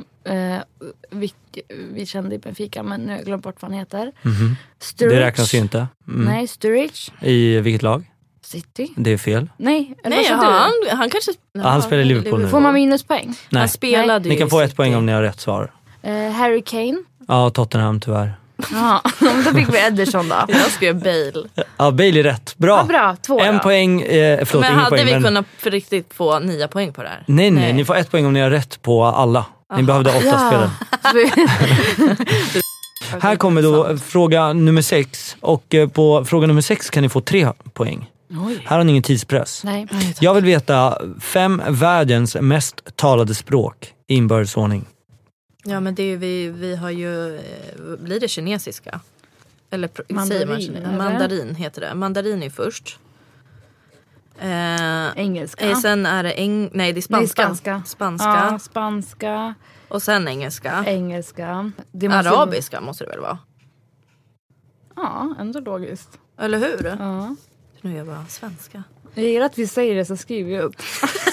vi kände i Benfica, men nu har jag glömt bort vad han heter. Sturridge. Det räknas ju inte. Nej, Sturridge. I vilket lag? City. Det är fel. Nej, han kanske... Han spelar i Liverpool nu. Får man minuspoäng? Nej. Han spelade Ni kan få 1 poäng om ni har rätt svar. Harry Kane. Ja, Tottenham tyvärr. Ja, då fick vi Ederson då. Jag skrev Bale. Ja, Bale är rätt. Bra. Ja, bra. 2 en då. poäng. Förlåt, Men ingen hade poäng, vi men... kunnat för riktigt få 9 poäng på det här? Nej, ni får 1 poäng om ni har rätt på alla. Ni behövde 8 spelare. Här kommer då fråga nummer 6. Och på fråga nummer 6 kan ni få 3 poäng. Oj. Här har ni ingen tidspress. Nej. Jag vill veta 5 världens mest talade språk i inbördesordning. Ja, men det är ju, vi har ju... Blir det kinesiska? Eller säger man kinesiska? Mandarin heter det. Mandarin är först. Engelska. Sen är det nej, det är spanska. Spanska. Ja, spanska. Och sen engelska. Engelska. Arabiska måste det väl vara? Ja, ändå logiskt. Eller hur? Ja. Nu är jag bara svenska. Jag gillar att vi säger det, så skriver jag upp.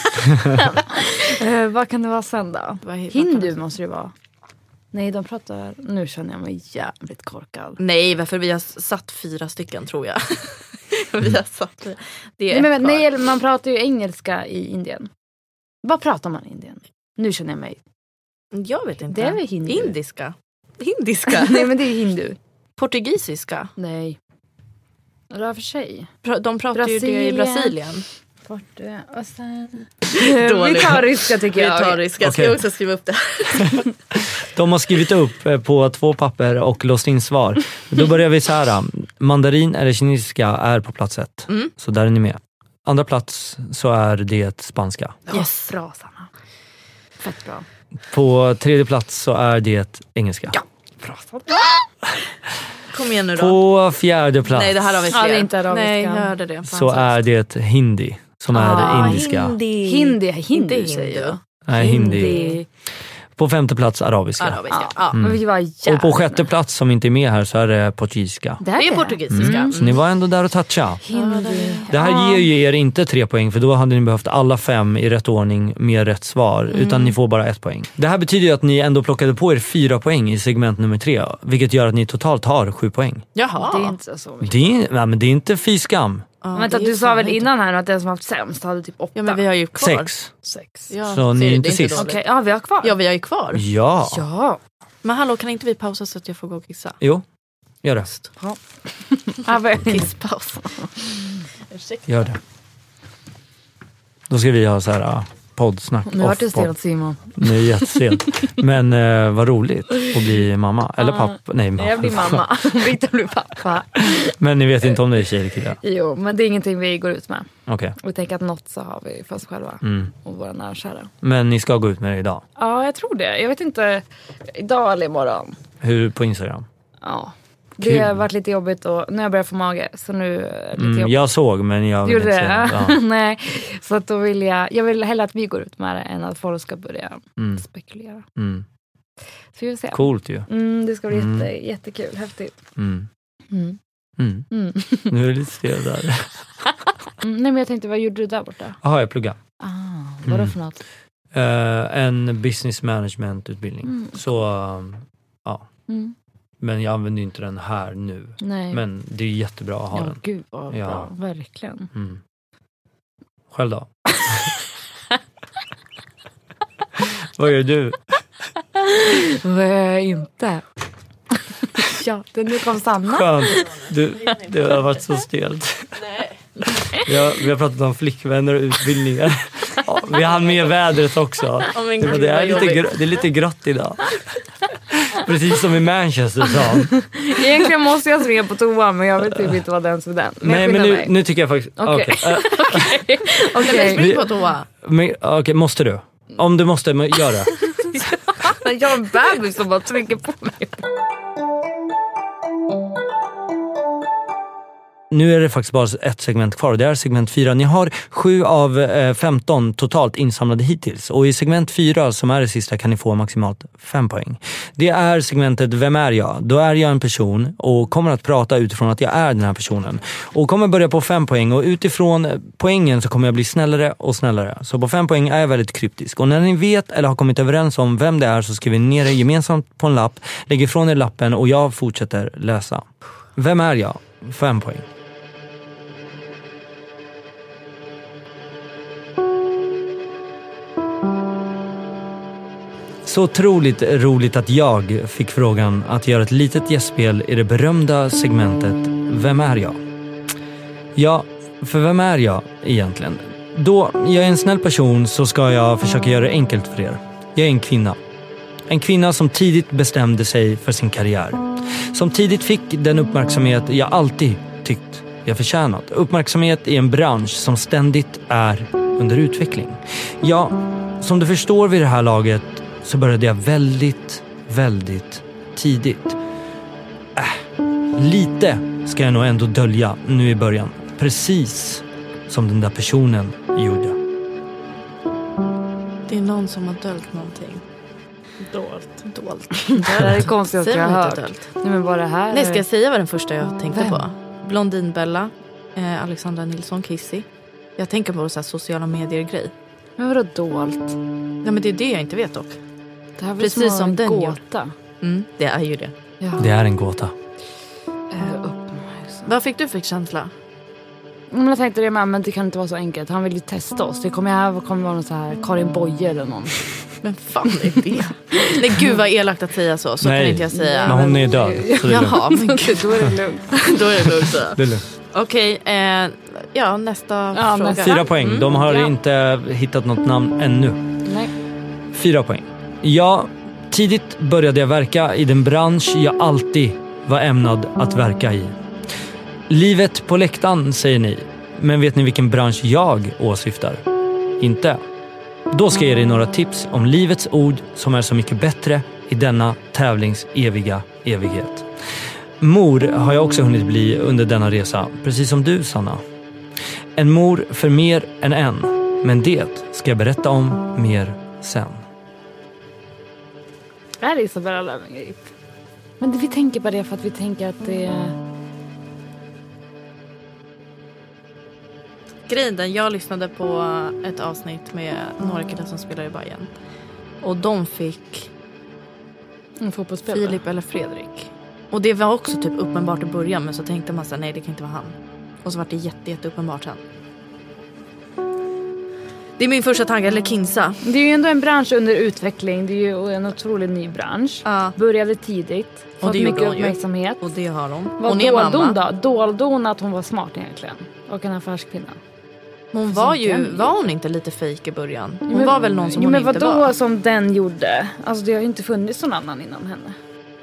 Vad kan det vara sen då? Hindu måste det vara. Nej, de pratar... Nu känner jag mig jävligt korkad. Nej, varför vi har satt 4 stycken tror jag. Vi har satt... Det är nej, man pratar ju engelska i Indien. Vad pratar man i Indien? Nu känner jag mig... Jag vet inte. Det är väl hindu. Indiska. Nej, men det är hindu. Portugisiska. Nej. Det är för sig. De pratar ju det i Brasilien. Och sen... Vi tar ryska tycker jag. Vi tar ryska. Jag ska också skriva upp det. De har skrivit upp på 2 papper och låst in svar. Då börjar vi så här. Mandarin eller kinesiska är på plats 1. Så där är ni med. Andra plats så är det spanska. Yes. Bra, Sanna. Fett bra. På 3:e plats så är det engelska. Ja, bra. Kom igen nu då. På 4:e plats. Nej, det här har vi fler. Ja, det är inte arabiska. Nej, jag hörde det. Så är det hindi. Som är indiska. Hindi säger jag. Nej, hindi. På 5:e plats arabiska. Men vi var och på 6:e plats som inte är med här så är det portugisiska. Det är portugisiska. Så ni var ändå där och toucha. Det här ger ju er inte 3 poäng, för då hade ni behövt alla 5 i rätt ordning med rätt svar, utan ni får bara 1 poäng. Det här betyder ju att ni ändå plockade på er 4 poäng i segment nummer 3, vilket gör att ni totalt har 7 poäng. Jaha. Det är inte så mycket. Men det är inte fy skam. Vänta, du sa väl innan här att den som haft sämst hade typ 8? Ja, men vi har ju kvar 6. Ja, så ni är inte sist. Okej, ja, vi har kvar. Ja, vi har ju kvar. Ja. Men hallå, kan inte vi pausa så att jag får gå och kissa? Jo, gör det. Kisspaus. Gör det. Då ska vi ha så här poddsnack. Nu vart det stelt, Simon. Nu är det jättesent. Men vad roligt att bli mamma. Eller pappa. Nej, mamma. Jag blir mamma. Victor blir pappa. Men ni vet inte om det är tjej eller kille? Jo, men det är ingenting vi går ut med. Okej. Vi tänker att något så har vi för oss själva. Och våra närkära. Men ni ska gå ut med det idag? Ja, jag tror det. Jag vet inte. Idag eller imorgon. Hur på Instagram? Ja. Det har varit lite jobbigt och nu har jag börjat få mage. Så nu är det lite jobbigt. Jag såg, men jag vill inte säga. Ja. Nej, så att då vill jag vill hellre att vi går ut med det än att folk ska börja spekulera. Så vi får se. Coolt ju. Det ska bli jättekul, häftigt. Nu är det lite stel där. Nej, men jag tänkte, vad gjorde du där borta? Jaha, jag pluggar. Vadå för något? En business management utbildning. Så, ja. Men jag använder inte den här nu. Nej. Men det är jättebra att ha den. Gud vad bra, verkligen. Själv då? Vad gör du? Vad gör jag inte? Ja, nu kom Sanna. Skönt. Det har varit så stelt. Vi har pratat om flickvänner och utbildningar. Ja, vi hann med vädret också. Det är lite grått idag. Precis som i Manchester sa. Egentligen måste jag springa på toa, men jag vet typ inte vad den så den. Nej, men nu tycker jag faktiskt... Okej. Spring på toa. Okej, måste du? Om du måste, gör det. Jag har en bebis som bara trycker på mig. Nu är det faktiskt bara ett segment kvar och det är segment 4. Ni har 7 av 15 totalt insamlade hittills. Och i segment 4 som är det sista kan ni få maximalt 5 poäng. Det är segmentet Vem är jag? Då är jag en person och kommer att prata utifrån att jag är den här personen. Och kommer börja på 5 poäng och utifrån poängen så kommer jag bli snällare och snällare. Så på 5 poäng är jag väldigt kryptisk. Och när ni vet eller har kommit överens om vem det är så skriver ni ner det gemensamt på en lapp. Lägger ifrån er lappen och jag fortsätter läsa. Vem är jag? 5 poäng. Så otroligt roligt att jag fick frågan att göra ett litet gästspel i det berömda segmentet Vem är jag? Ja, för vem är jag egentligen? Då jag är en snäll person så ska jag försöka göra det enkelt för er. Jag är en kvinna. En kvinna som tidigt bestämde sig för sin karriär. Som tidigt fick den uppmärksamhet jag alltid tyckt jag förtjänat. Uppmärksamhet i en bransch som ständigt är under utveckling. Ja, som du förstår vid det här laget så började jag väldigt, väldigt tidigt. Lite ska jag nog ändå dölja nu i början. Precis som den där personen gjorde. Det är någon som har döljt någonting. Dolt. Det är konstigt att jag har hört. Nej, men bara här. Nej, ska jag säga vad den första jag tänkte på? Blondinbella, Alexandra Nilsson, Kissy. Jag tänker på så här sociala medier-grej. Men vadå dolt? Ja, men det är det jag inte vet dock. Det här var precis som den gåta. Det är ju det. Ja. Det är en gåta. Vad fick du för känsla? Men jag tänkte det med, men det kan inte vara så enkelt. Han vill ju testa oss. Det kommer vara någon så här Karin Boye eller någon. Men fan är det? Nej, gud vad elakt att säga så. Så Nej, kan inte jag säga. Men hon är död. Så det är jaha, men gud, då är det lugnt. Då är det lugnt. det är lugnt. Okej, nästa fråga. 4 poäng. De har inte hittat något namn ännu. Nej. 4 poäng. Ja, tidigt började jag verka i den bransch jag alltid var ämnad att verka i. Livet på läktaren, säger ni. Men vet ni vilken bransch jag åsyftar? Inte. Då ska jag ge dig några tips om livets ord som är så mycket bättre i denna tävlings eviga evighet. Mor har jag också hunnit bli under denna resa, precis som du, Sanna. En mor för mer än en, men det ska jag berätta om mer sen. Det här är Isabella Löwengrip. Men vi tänker på det för att vi tänker att det är... Grejen, jag lyssnade på ett avsnitt med några killar som spelar i Bayern. Och de fick Filip eller Fredrik. Och det var också typ uppenbart i början, men så tänkte man så nej, det kan inte vara han. Och så var det jätte uppenbart sen. Det är min första tanke, eller Kinsa. Det är ju ändå en bransch under utveckling. Det är ju en otroligt ny bransch. Ja. Började tidigt. Fått mycket uppmärksamhet. Och det har hon. Vad dolde hon då? Dolde hon att hon var smart egentligen? Och en affärskvinna. Hon var hon inte lite fake i början? Hon var väl någon som hon inte var. Men vadå som den gjorde? Alltså det har ju inte funnits någon annan innan henne.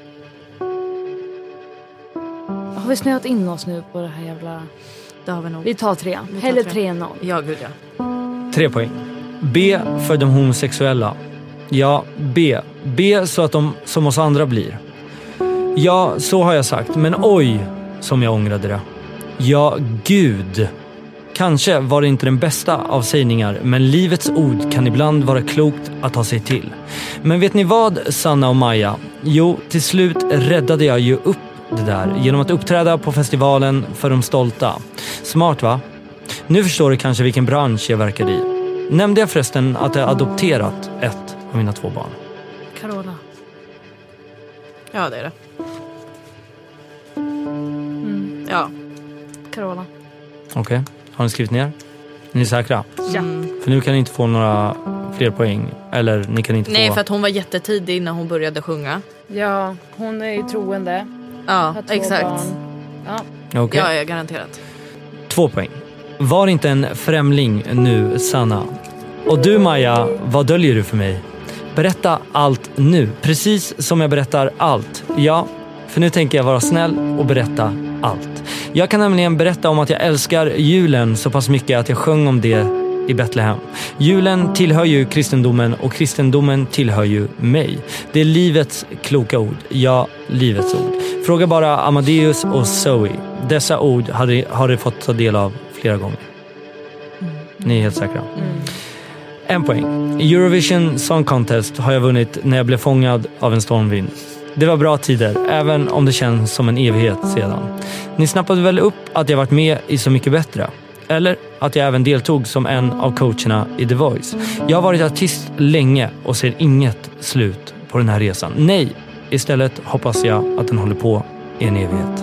Har vi snöat in oss nu på det här jävla... Det har vi nog. Vi tar 3. Eller 3-0. Ja, gud ja. 3 poäng. B för de homosexuella. Ja, B så att de som oss andra blir. Ja, så har jag sagt. Men oj, som jag ångrade det. Ja, gud. Kanske var det inte den bästa av sägningar, men livets ord kan ibland vara klokt att ta sig till. Men vet ni vad, Sanna och Maja? Jo, till slut räddade jag ju upp det där genom att uppträda på festivalen för de stolta. Smart, va? Nu förstår du kanske vilken bransch jag verkar i. Nämnde jag förresten att jag adopterat ett av mina 2 barn? Carola. Ja, det är det. Ja. Carola. Okej. Har ni skrivit ner? Är ni säkra? Ja. För nu kan ni inte få några fler poäng. Eller ni kan inte få... Nej, för att hon var jättetidig när hon började sjunga. Ja, hon är ju troende. Ja, exakt. Ja. Okay. Ja, jag garanterat. 2 poäng. Var inte en främling nu, Sanna. Och du, Maja, vad döljer du för mig? Berätta allt nu. Precis som jag berättar allt. Ja, för nu tänker jag vara snäll och berätta allt. Jag kan nämligen berätta om att jag älskar julen så pass mycket att jag sjöng om det i Betlehem. Julen tillhör ju kristendomen och kristendomen tillhör ju mig. Det är livets kloka ord. Ja, livets ord. Fråga bara Amadeus och Zoe. Dessa ord har de fått ta del av flera gånger. Ni är helt säkra. 1 poäng. Eurovision Song Contest har jag vunnit när jag blev fångad av en stormvind. Det var bra tider, även om det känns som en evighet sedan. Ni snappade väl upp att jag varit med i Så mycket bättre? Eller att jag även deltog som en av coacherna i The Voice. Jag har varit artist länge och ser inget slut på den här resan. Nej, istället hoppas jag att den håller på i en evighet.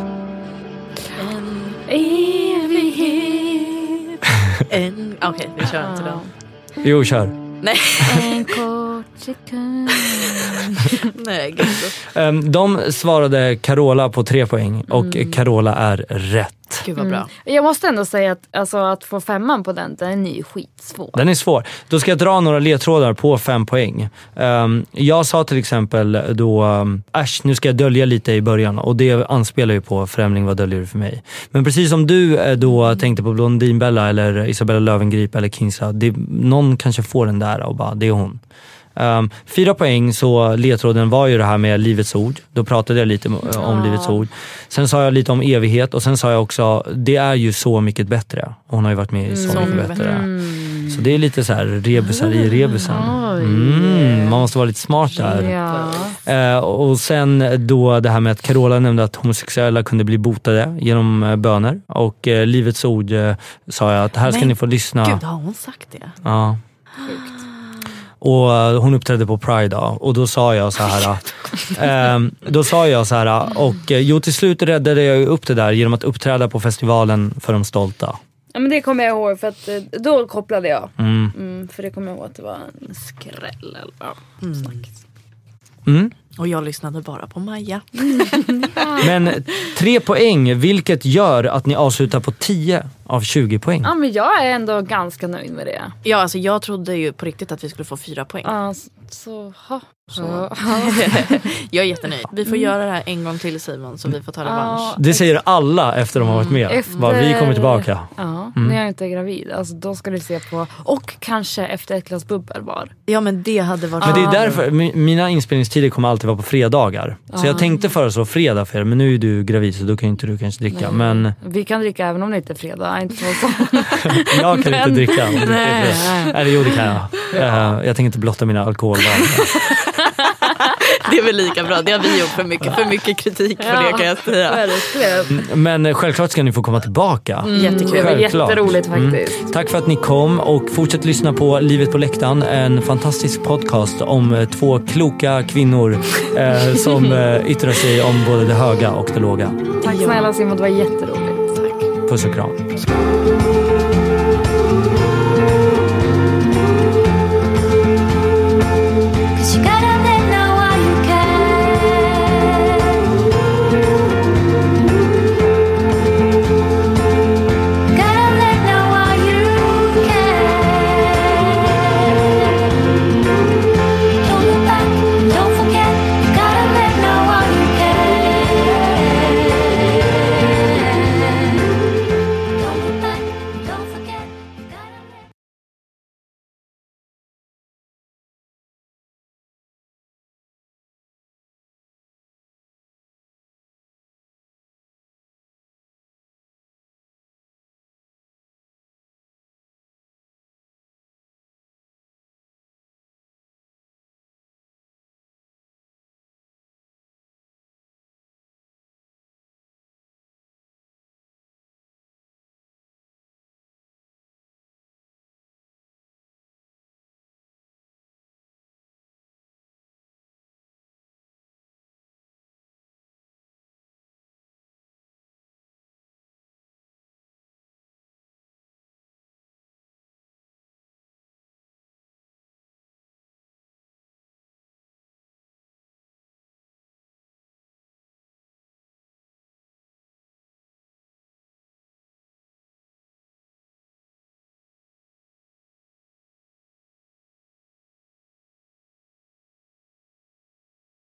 Okej, vi kör inte den. Jo, kör. Nej. En kort chicken. Nej, gud. De svarade Carola på 3 poäng och Carola är rätt. Gud vad bra. Jag måste ändå säga att, alltså, att få 5 på den är ju skitsvår. Den är svår. Då ska jag dra några ledtrådar på 5 poäng. Jag sa till exempel då, nu ska jag dölja lite i början, och det anspelar ju på Främling, vad döljer du för mig? Men precis som du då tänkte på Blondinbella eller Isabella Löwengrip eller Kinsa, någon kanske får den där och bara, det är hon. 4 poäng, så ledtråden var ju det här med Livets ord. Då pratade jag lite om Livets ord. Sen sa jag lite om evighet, och sen sa jag också, det är ju Så mycket bättre. Hon har ju varit med i Så mycket bättre. Så det är lite så här rebusar i rebusen. Man måste vara lite smart där. Och sen då det här med att Carola nämnde att homosexuella kunde bli botade genom böner. Och Livets ord sa jag att här ska ni få lyssna. Gud, har hon sagt det? Ja. Och hon uppträdde på Pride då, och då sa jag så här och till slut räddade jag upp det där genom att uppträda på festivalen för de stolta. Ja, men det kommer jag ihåg, för att då kopplade jag. För det kommer jag ihåg att det var en skräll. Och jag lyssnade bara på Maja. Men 3 poäng, vilket gör att ni avslutar på 10 av 20 poäng. Ja, men jag är ändå ganska nöjd med det. Ja, alltså jag trodde ju på riktigt att vi skulle få 4 poäng. Så. Jag är jättenöjd. Vi får göra det här en gång till, Simon, så vi får ta revansch. Det säger alla efter de har varit med. Vi kommer tillbaka. När jag inte är gravid. Alltså, då ska du se på. Och kanske efter ett glas bubbel var. Ja, men det hade varit. Men det är därför mina inspelningstider kommer alltid vara på fredagar. Så jag tänkte föreslå fredag för er, men nu är du gravid, så då kan inte du kanske dricka. Men vi kan dricka även om det inte är fredag. Inte så. Jag kan inte dricka. Eller jo, det kan jag. Jag tänker inte blotta mina alkoholvanor. Det är väl lika bra. Det har vi gjort för mycket kritik för det, kan jag säga. Men självklart ska ni få komma tillbaka. Jättekul. Det var jätteroligt faktiskt. Tack för att ni kom, och fortsätt lyssna på Livet på läktaren, en fantastisk podcast om 2 kloka kvinnor som yttrar sig om både det höga och det låga. Tack snälla Simon, det var jätteroligt. Tack. Puss och kram.